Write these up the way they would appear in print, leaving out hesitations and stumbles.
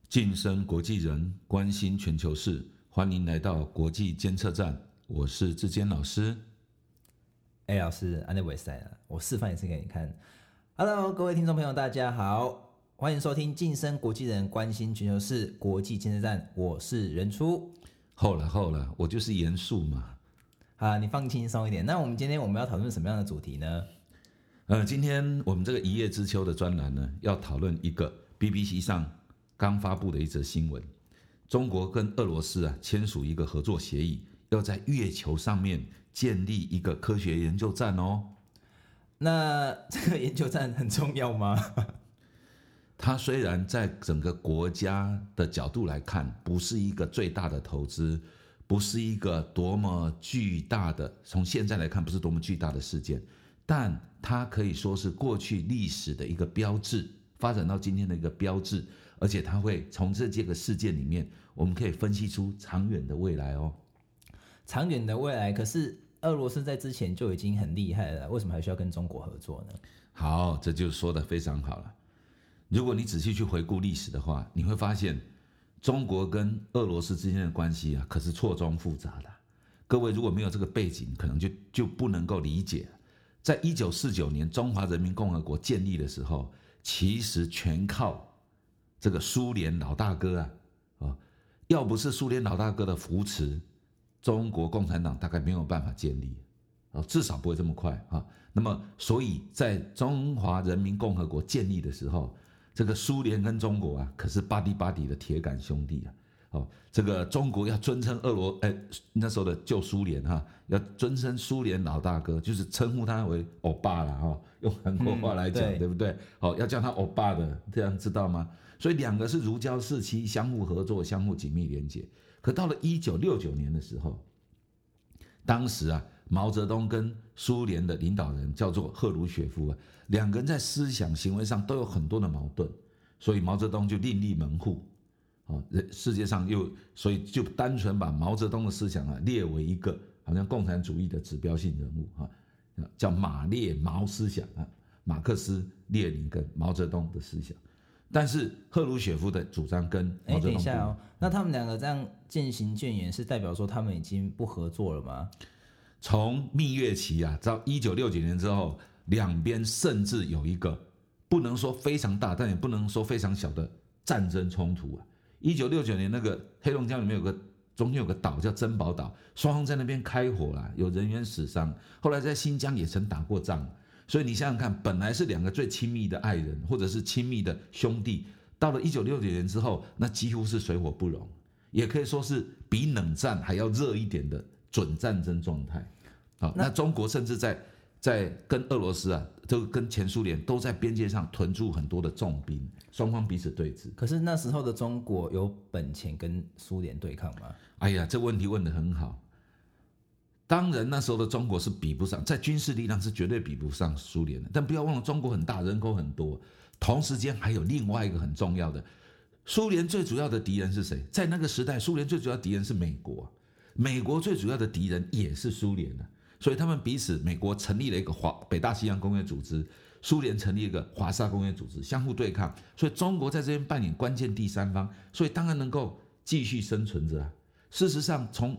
晋升国际人，关心全球事，欢迎来到国际监测站，我是志坚老师。 老师，安内维塞了，我示范一次给你看。Hello， 各位听众朋友，大家好，欢迎收听晋升国际人，关心全球事，国际监测站，我是任初。 后了，我就是严肃嘛。 好，你放轻松一点。那今天我们要讨论什么样的主题呢？ 今天我们这个一叶知秋的专栏呢，要讨论一个 BBC 上刚发布的一则新闻，中国跟俄罗斯签署一个合作协议，要在月球上面建立一个科学研究站哦。 那这个研究站很重要吗？ 它虽然在整个国家的角度来看，不是一个最大的投资，不是一个多么巨大的，从现在来看不是多么巨大的事件，但它可以说是过去历史的一个标志，发展到今天的一个标志，而且它会从这个事件里面，我们可以分析出长远的未来哦。 长远的未来，可是俄罗斯在之前就已经很厉害了，为什么还需要跟中国合作呢？ 好，这就说得非常好了。如果你仔细去回顾历史的话，你会发现中国跟俄罗斯之间的关系可是错综复杂的。各位如果没有这个背景，可能就不能够理解。在1949年中华人民共和国建立的时候，其实全靠这个苏联老大哥要不是苏联老大哥的扶持，中国共产党大概没有办法建立，至少不会这么快那么，所以在中华人民共和国建立的时候，这个苏联跟中国可是巴蒂巴蒂的铁杆兄弟这个中国要尊称那时候的旧苏联要尊称苏联老大哥，就是称呼他为欧巴啦用韩国话来讲，对不对？要叫他欧巴的，这样知道吗？所以两个是如胶似漆，相互合作，相互紧密连结。可到了1969年的时候，当时毛泽东跟苏联的领导人叫做赫鲁雪夫两个人在思想行为上都有很多的矛盾，所以毛泽东就另立门户世界上所以就单纯把毛泽东的思想列为一个好像共产主义的指标性人物叫马列毛思想马克思列宁跟毛泽东的思想。但是赫鲁雪夫的主张跟毛泽东不一样。 等一下那他们两个这样渐行渐远，是代表说他们已经不合作了吗？ 从蜜月期到1969年之后，两边甚至有一个不能说非常大，但也不能说非常小的战争冲突1969年那个黑龙江里面中间有个岛叫珍宝岛，双方在那边开火有人员死伤。后来在新疆也曾打过仗，所以你想想看，本来是两个最亲密的爱人或者是亲密的兄弟，到了1969年之后，那几乎是水火不容，也可以说是比冷战还要热一点的准战争状态。那中国甚至在跟俄罗斯就跟前苏联都在边界上屯驻很多的重兵，双方彼此对峙。 可是那时候的中国有本钱跟苏联对抗吗？ 哎呀，这问题问得很好。当然那时候的中国是比不上，在军事力量是绝对比不上苏联的，但不要忘了中国很大，人口很多，同时间还有另外一个很重要的，苏联最主要的敌人是谁？在那个时代，苏联最主要的敌人是美国，美国最主要的敌人也是苏联所以他们彼此，美国成立了一个北大西洋公约组织，苏联成立一个华沙公约组织，相互对抗。所以中国在这边扮演关键第三方，所以当然能够继续生存着事实上，从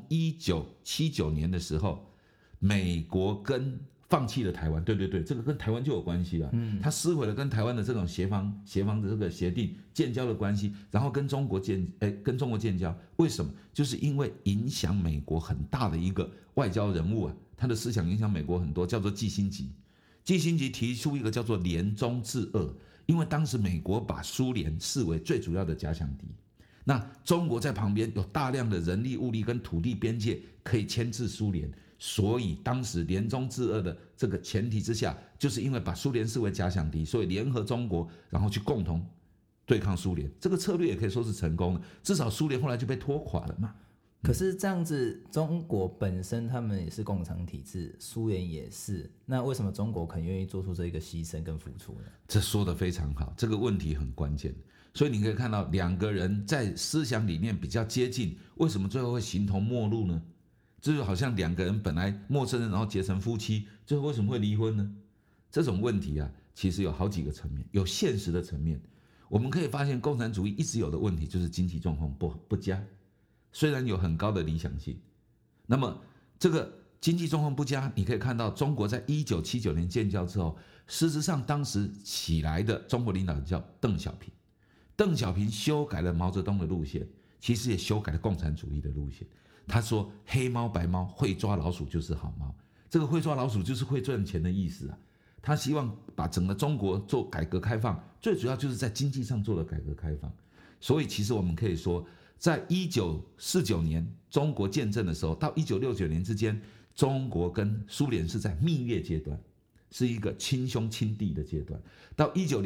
1979年的时候，美国放弃了台湾，对，这个跟台湾就有关系他撕毁了跟台湾的这种协防的这个协定建交的关系，然后跟中国建交。为什么？就是因为影响美国很大的一个外交人物他的思想影响美国很多，叫做季辛吉。季辛吉提出一个叫做联中制俄，因为当时美国把苏联视为最主要的假想敌，那中国在旁边有大量的人力物力跟土地边界可以牵制苏联，所以当时联中制俄的这个前提之下，就是因为把苏联视为假想敌，所以联合中国，然后去共同对抗苏联。这个策略也可以说是成功的，至少苏联后来就被拖垮了嘛。 可是这样子，中国本身他们也是共产体制，苏联也是，那为什么中国肯愿意做出这个牺牲跟付出呢？ 这说得非常好，这个问题很关键。所以你可以看到两个人在思想理念比较接近，为什么最后会形同陌路呢？这就好像两个人本来陌生人，然后结成夫妻，最后为什么会离婚呢？这种问题其实有好几个层面，有现实的层面。 我们可以发现，共产主义一直有的问题就是经济状况不佳，虽然有很高的理想性，那么这个经济状况不佳，你可以看到中国在1979年建交之后，事实上当时起来的中国领导人叫邓小平，邓小平修改了毛泽东的路线，其实也修改了共产主义的路线。他说黑猫白猫，会抓老鼠就是好猫，这个会抓老鼠就是会赚钱的意思啊。他希望把整个中国做改革开放，最主要就是在经济上做了改革开放。所以其实我们可以说，在1949年中国建政的时候，到1969年之间，中国跟苏联是在蜜月阶段，是一个亲兄亲弟的阶段。到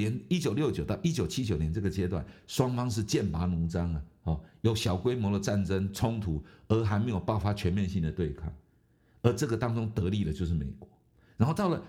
1969到1979年这个阶段，双方是剑拔弩张啊，有小规模的战争冲突，而还没有爆发全面性的对抗。而这个当中得利的就是美国。然后到了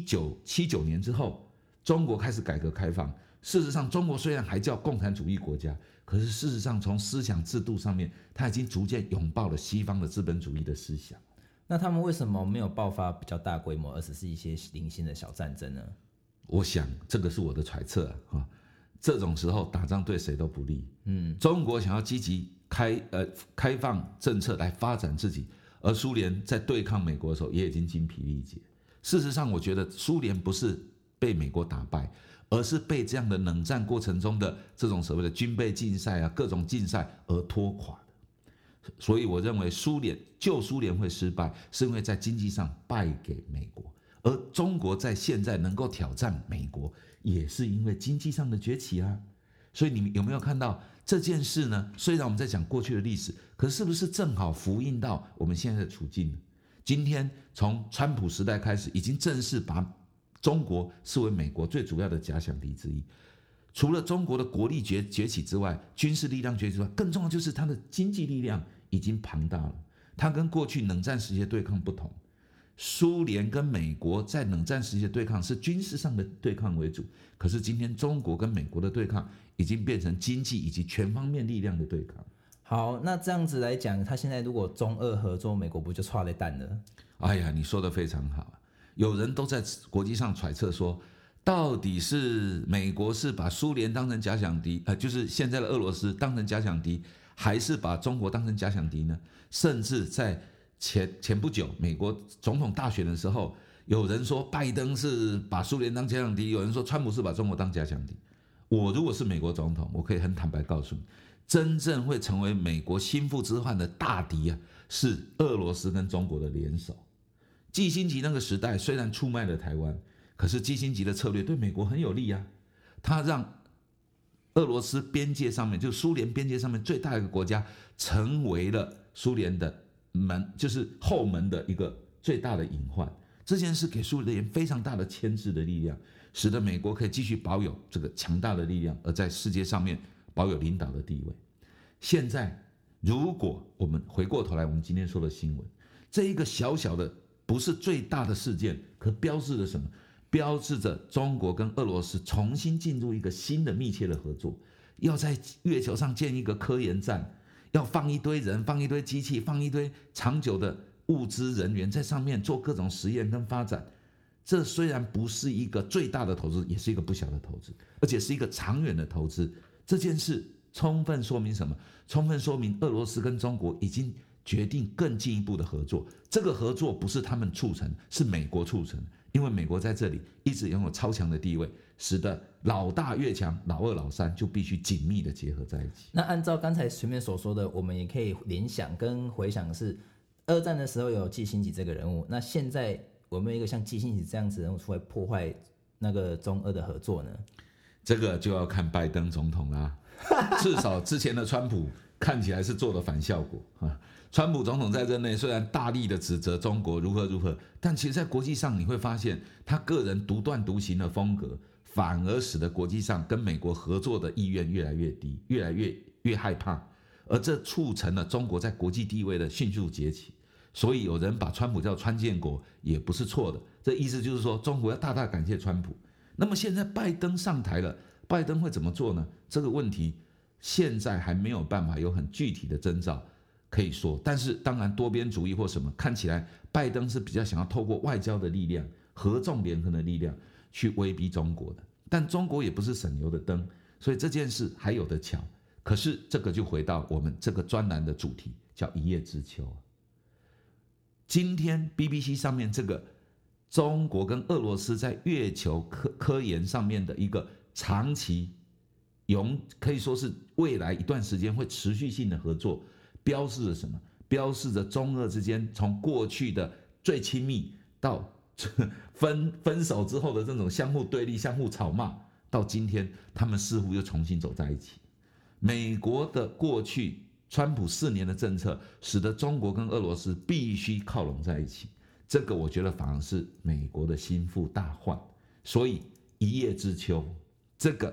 1979年之后，中国开始改革开放。事实上，中国虽然还叫共产主义国家，可是事实上从思想制度上面，它已经逐渐拥抱了西方的资本主义的思想。 那他们为什么没有爆发比较大规模，而只是一些零星的小战争呢？ 我想这个是我的揣测啊。这种时候打仗对谁都不利。中国想要积极开放政策来发展自己，而苏联在对抗美国的时候也已经精疲力竭。事实上，我觉得苏联不是被美国打败，而是被这样的冷战过程中的这种所谓的军备竞赛各种竞赛而拖垮的。所以我认为苏联会失败，是因为在经济上败给美国，而中国在现在能够挑战美国，也是因为经济上的崛起啊。所以你们有没有看到这件事呢？虽然我们在讲过去的历史，可是不是正好呼应到我们现在的处境呢？今天从川普时代开始，已经正式把中国视为美国最主要的假想敌之一。除了中国的国力崛起之外，军事力量崛起之外，更重要就是它的经济力量已经庞大了。它跟过去冷战时期的对抗不同，苏联跟美国在冷战时期的对抗是军事上的对抗为主，可是今天中国跟美国的对抗已经变成经济以及全方面力量的对抗。 好，那这样子来讲，他现在如果中俄合作，美国不就踹了蛋了？ 哎呀，你说的非常好。有人都在国际上揣测说，到底是美国是把苏联当成假想敌，就是现在的俄罗斯当成假想敌，还是把中国当成假想敌呢？甚至在前不久美国总统大选的时候，有人说拜登是把苏联当假想敌，有人说川普是把中国当假想敌。我如果是美国总统，我可以很坦白告诉你，真正会成为美国心腹之患的大敌是俄罗斯跟中国的联手。季辛吉那个时代虽然出卖了台湾，可是季辛吉的策略对美国很有利啊。他让俄罗斯边界上面，就苏联边界上面最大的一个国家，成为了苏联的门，就是后门的一个最大的隐患。这件事给苏联非常大的牵制的力量，使得美国可以继续保有这个强大的力量，而在世界上面保有领导的地位。现在如果我们回过头来，我们今天说的新闻，这一个小小的不是最大的事件，可标志着什么？标志着中国跟俄罗斯重新进入一个新的密切的合作，要在月球上建一个科研站，要放一堆人，放一堆机器，放一堆长久的物资人员在上面做各种实验跟发展。这虽然不是一个最大的投资，也是一个不小的投资，而且是一个长远的投资。这件事充分说明什么？充分说明俄罗斯跟中国已经决定更进一步的合作。这个合作不是他们促成，是美国促成，因为美国在这里一直拥有超强的地位，使得老大越强，老二老三就必须紧密的结合在一起。 那按照刚才前面所说的，我们也可以联想跟回想是，二战的时候有季辛吉这个人物，那现在有没有一个像季辛吉这样子的人物出来破坏那个中俄的合作呢？ 这个就要看拜登总统啦。至少之前的川普看起来是做了反效果啊。川普总统在任内虽然大力的指责中国如何，但其实在国际上你会发现，他个人独断独行的风格，反而使得国际上跟美国合作的意愿越来越低，越来越害怕，而这促成了中国在国际地位的迅速崛起。所以有人把川普叫川建国也不是错的，这意思就是说中国要大大感谢川普。那么现在拜登上台了，拜登会怎么做呢？这个问题现在还没有办法有很具体的征兆可以说，但是当然多边主义或什么，看起来拜登是比较想要透过外交的力量、合纵连横的力量去威逼中国的。但中国也不是省油的灯， 所以这件事还有得巧。可是这个就回到我们这个专栏的主题，叫一叶知秋。今天 BBC 上面这个中国跟俄罗斯在月球科研上面的一个长期可以说是未来一段时间会持续性的合作，标示着什么？标示着中俄之间从过去的最亲密到分手之后的这种相互对立、相互吵骂，到今天他们似乎又重新走在一起。美国的过去川普4年的政策，使得中国跟俄罗斯必须靠拢在一起，这个我觉得反而是美国的心腹大患。所以一叶知秋，这个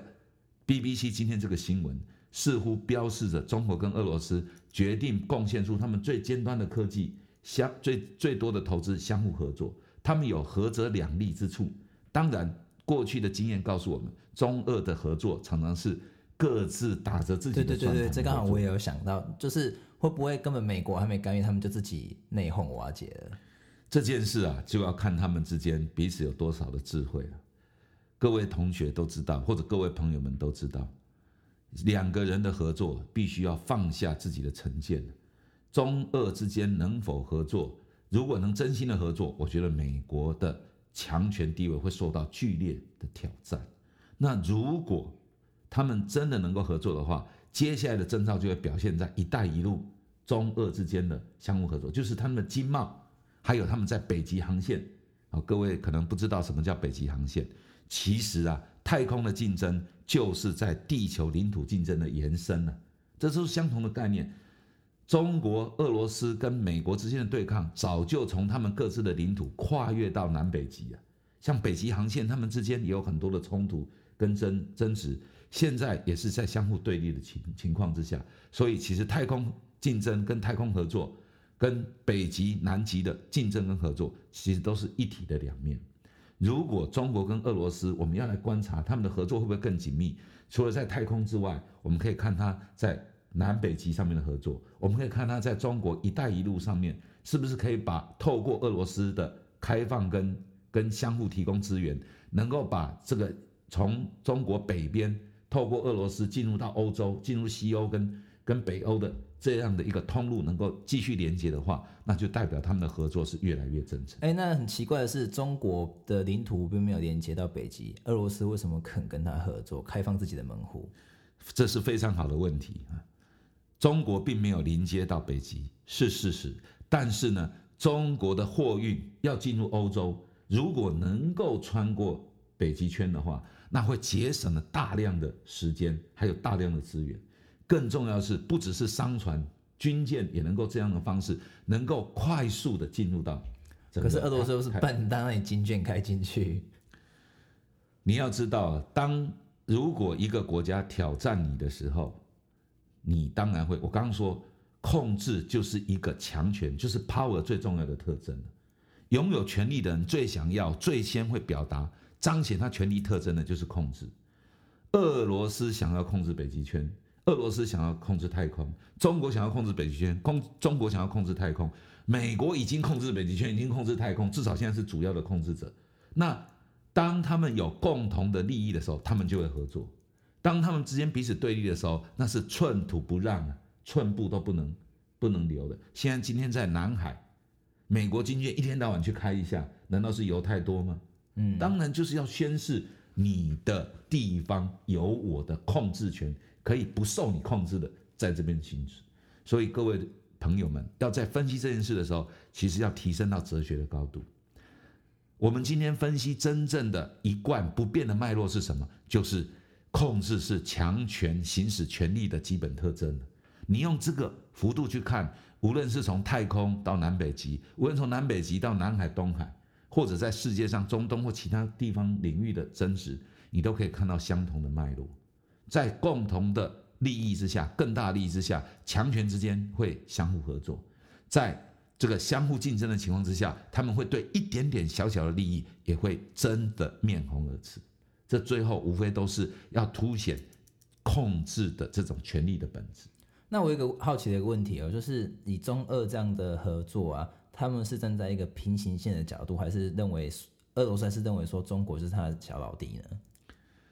BBC 今天这个新闻似乎标示着中国跟俄罗斯决定贡献出他们最尖端的科技，最多的投资，相互合作，他们有合则两利之处。当然过去的经验告诉我们，中俄的合作常常是各自打着自己的算盘。 对，这刚好我也有想到，就是会不会根本美国还没干预，他们就自己内讧瓦解了？ 这件事啊，就要看他们之间彼此有多少的智慧了。各位同学都知道，或者各位朋友们都知道，两个人的合作必须要放下自己的成见。中俄之间能否合作？如果能真心的合作，我觉得美国的强权地位会受到剧烈的挑战。那如果他们真的能够合作的话，接下来的征兆就会表现在一带一路中俄之间的相互合作，就是他们的经贸，还有他们在北极航线。各位可能不知道什么叫北极航线，其实啊，太空的竞争就是在地球领土竞争的延伸，这都是相同的概念。中国、俄罗斯跟美国之间的对抗，早就从他们各自的领土跨越到南北极。像北极航线，他们之间也有很多的冲突跟争执，现在也是在相互对立的情况之下。所以其实太空竞争跟太空合作，跟北极、南极的竞争跟合作，其实都是一体的两面。如果中国跟俄罗斯，我们要来观察他们的合作会不会更紧密？除了在太空之外，我们可以看他在南北极上面的合作，我们可以看他在中国一带一路上面，是不是可以透过俄罗斯的开放跟相互提供资源，能够把这个从中国北边透过俄罗斯进入到欧洲、进入西欧跟北欧的这样的一个通路能够继续连接的话，那就代表他们的合作是越来越真诚。 那很奇怪的是，中国的领土并没有连接到北极，俄罗斯为什么肯跟他合作，开放自己的门户？ 这是非常好的问题。中国并没有连接到北极是事实，但是呢，中国的货运要进入欧洲，如果能够穿过北极圈的话，那会节省了大量的时间，还有大量的资源。更重要的是，不只是商船、军舰也能够这样的方式，能够快速的进入到。 可是俄罗斯又是笨，当然你军舰开进去。 你要知道，如果一个国家挑战你的时候，你当然会，我刚刚说，控制就是一个强权，就是 power 最重要的特征。拥有权力的人最想要、最先会表达、彰显他权力特征的就是控制。俄罗斯想要控制北极圈，俄罗斯想要控制太空，中国想要控制北极圈，中国想要控制太空，美国已经控制北极圈，已经控制太空，至少现在是主要的控制者。那当他们有共同的利益的时候，他们就会合作。当他们之间彼此对立的时候，那是寸土不让，寸步都不能留的。今天在南海，美国军舰一天到晚去开一下，难道是油太多吗？当然就是要宣示你的地方有我的控制权，可以不受你控制的在这边行使。所以各位朋友们，要在分析这件事的时候，其实要提升到哲学的高度。我们今天分析真正的一贯不变的脉络是什么？就是控制是强权行使权力的基本特征。你用这个幅度去看，无论是从太空到南北极，无论从南北极到南海、东海，或者在世界上中东或其他地方领域的争执，你都可以看到相同的脉络。在共同的利益之下，更大利益之下，强权之间会相互合作。在这个相互竞争的情况之下，他们会对一点点小小的利益也会争得面红耳赤。这最后无非都是要凸显控制的这种权力的本质。 那我有一个好奇的一个问题就是以中俄这样的合作啊，他们是站在一个平行线的角度，还是认为俄罗斯还是认为说中国就是他的小老弟呢？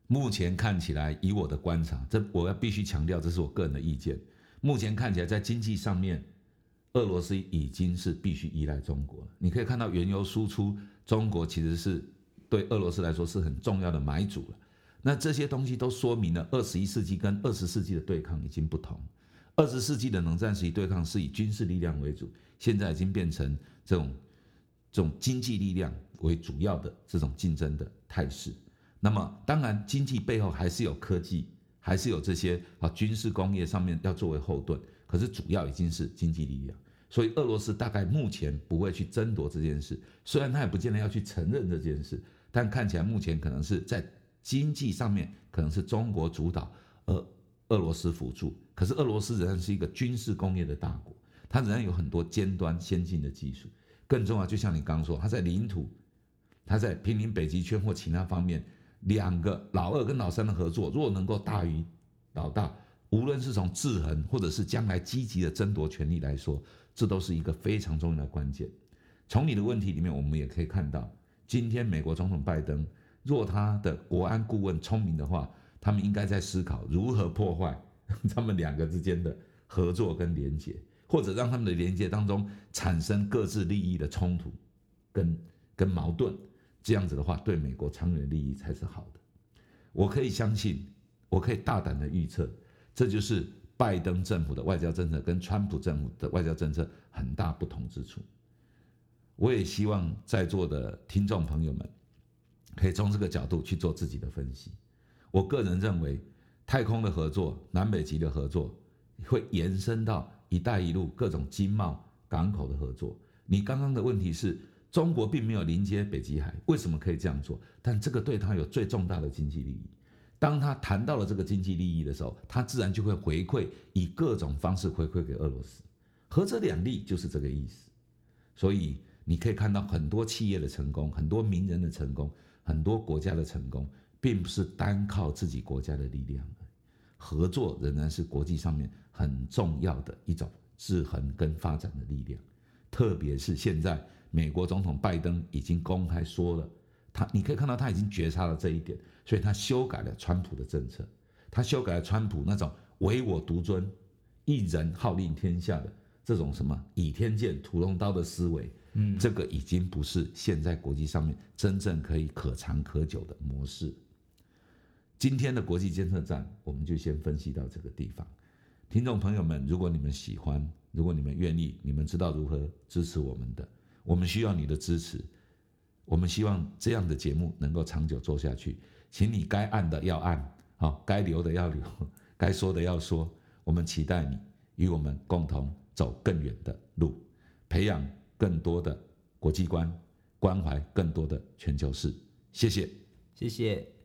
目前看起来，以我的观察，我要必须强调，这是我个人的意见。目前看起来，在经济上面，俄罗斯已经是必须依赖中国了。你可以看到原油输出，中国其实是对俄罗斯来说是很重要的买主了。那这些东西都说明了21世纪跟20世纪的对抗已经不同。20世纪的冷战时期对抗是以军事力量为主，现在已经变成这种经济力量为主要的这种竞争的态势。那么当然经济背后还是有科技，还是有这些军事工业上面要作为后盾，可是主要已经是经济力量。所以俄罗斯大概目前不会去争夺这件事，虽然他也不见得要去承认这件事，但看起来目前可能是在经济上面可能是中国主导，俄罗斯辅助。可是俄罗斯仍然是一个军事工业的大国，它仍然有很多尖端先进的技术。更重要，就像你刚刚说，它在领土，它在濒临北极圈或其他方面，两个老二跟老三的合作，如果能够大于老大，无论是从制衡或者是将来积极的争夺权力来说，这都是一个非常重要的关键。从你的问题里面，我们也可以看到，今天美国总统拜登，若他的国安顾问聪明的话，他们应该在思考如何破坏他们两个之间的合作跟连结，或者让他们的连结当中产生各自利益的冲突跟矛盾。这样子的话，对美国长远利益才是好的。我可以相信，我可以大胆的预测，这就是拜登政府的外交政策跟川普政府的外交政策很大不同之处。我也希望在座的听众朋友们可以从这个角度去做自己的分析。我个人认为，太空的合作、南北极的合作会延伸到一带一路各种经贸、港口的合作。你刚刚的问题是，中国并没有临接北极海，为什么可以这样做？但这个对他有最重大的经济利益。当他谈到了这个经济利益的时候，他自然就会回馈，以各种方式回馈给俄罗斯。合则两利就是这个意思。所以你可以看到很多企业的成功，很多名人的成功，很多国家的成功，并不是单靠自己国家的力量。合作仍然是国际上面很重要的一种制衡跟发展的力量。特别是现在美国总统拜登已经公开说了，你可以看到他已经觉察了这一点，所以他修改了川普的政策，他修改了川普那种唯我独尊、一人号令天下的这种什么倚天剑屠龙刀的思维。这个已经不是现在国际上面真正可以可长可久的模式。今天的国际监测站我们就先分析到这个地方。听众朋友们，如果你们喜欢，如果你们愿意，你们知道如何支持我们的，我们需要你的支持。我们希望这样的节目能够长久做下去，请你该按的要按，该留的要留，该说的要说。我们期待你与我们共同走更远的路，培养更多的国际观，关怀更多的全球事。谢谢， 谢谢。